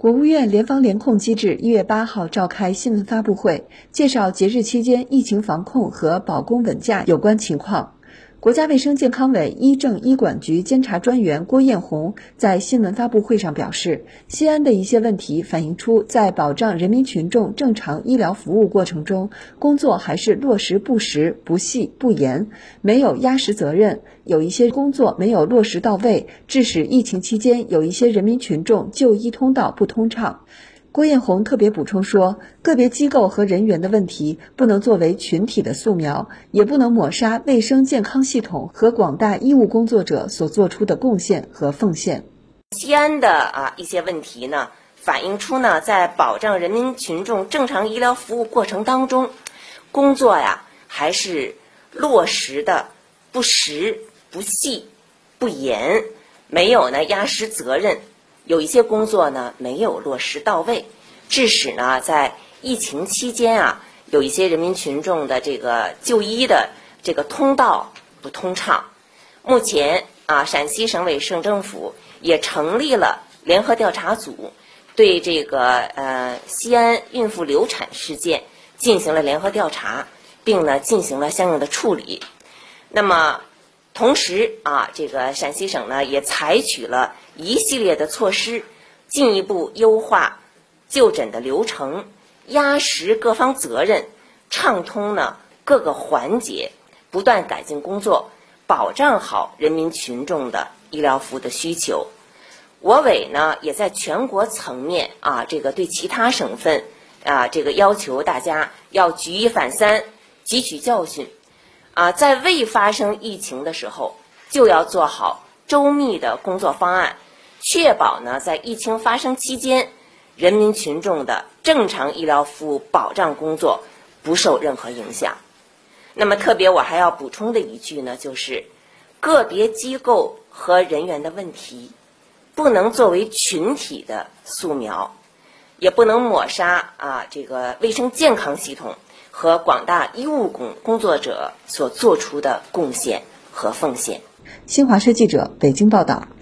国务院联防联控机制1月8号召开新闻发布会，介绍节日期间疫情防控和保供稳价有关情况。国家卫生健康委医政医管局监察专员郭艳红在新闻发布会上表示，西安的一些问题反映出在保障人民群众正常医疗服务过程中，工作还是落实不实、不细、不严，没有压实责任，有一些工作没有落实到位，致使疫情期间有一些人民群众就医通道不通畅。郭艳红特别补充说，个别机构和人员的问题不能作为群体的素描，也不能抹杀卫生健康系统和广大医务工作者所做出的贡献和奉献。 西安的一些问题呢，反映出呢，在保障人民群众正常医疗服务过程当中，工作还是落实的不实、不细、不严，没有压实责任。有一些工作呢没有落实到位，致使呢在疫情期间有一些人民群众的这个就医的这个通道不通畅。目前陕西省委省政府也成立了联合调查组，对这个西安孕妇流产事件进行了联合调查，并呢进行了相应的处理。那么同时这个陕西省呢也采取了一系列的措施，进一步优化就诊的流程，压实各方责任，畅通呢各个环节，不断改进工作，保障好人民群众的医疗服务的需求。我委呢也在全国层面这个对其他省份这个要求大家要举一反三，汲取教训。在未发生疫情的时候，就要做好周密的工作方案，确保呢在疫情发生期间，人民群众的正常医疗服务保障工作不受任何影响。那么特别我还要补充的一句呢，就是个别机构和人员的问题不能作为群体的素描，也不能抹杀这个卫生健康系统和广大医务工作者所做出的贡献和奉献。 新华社记者北京报道。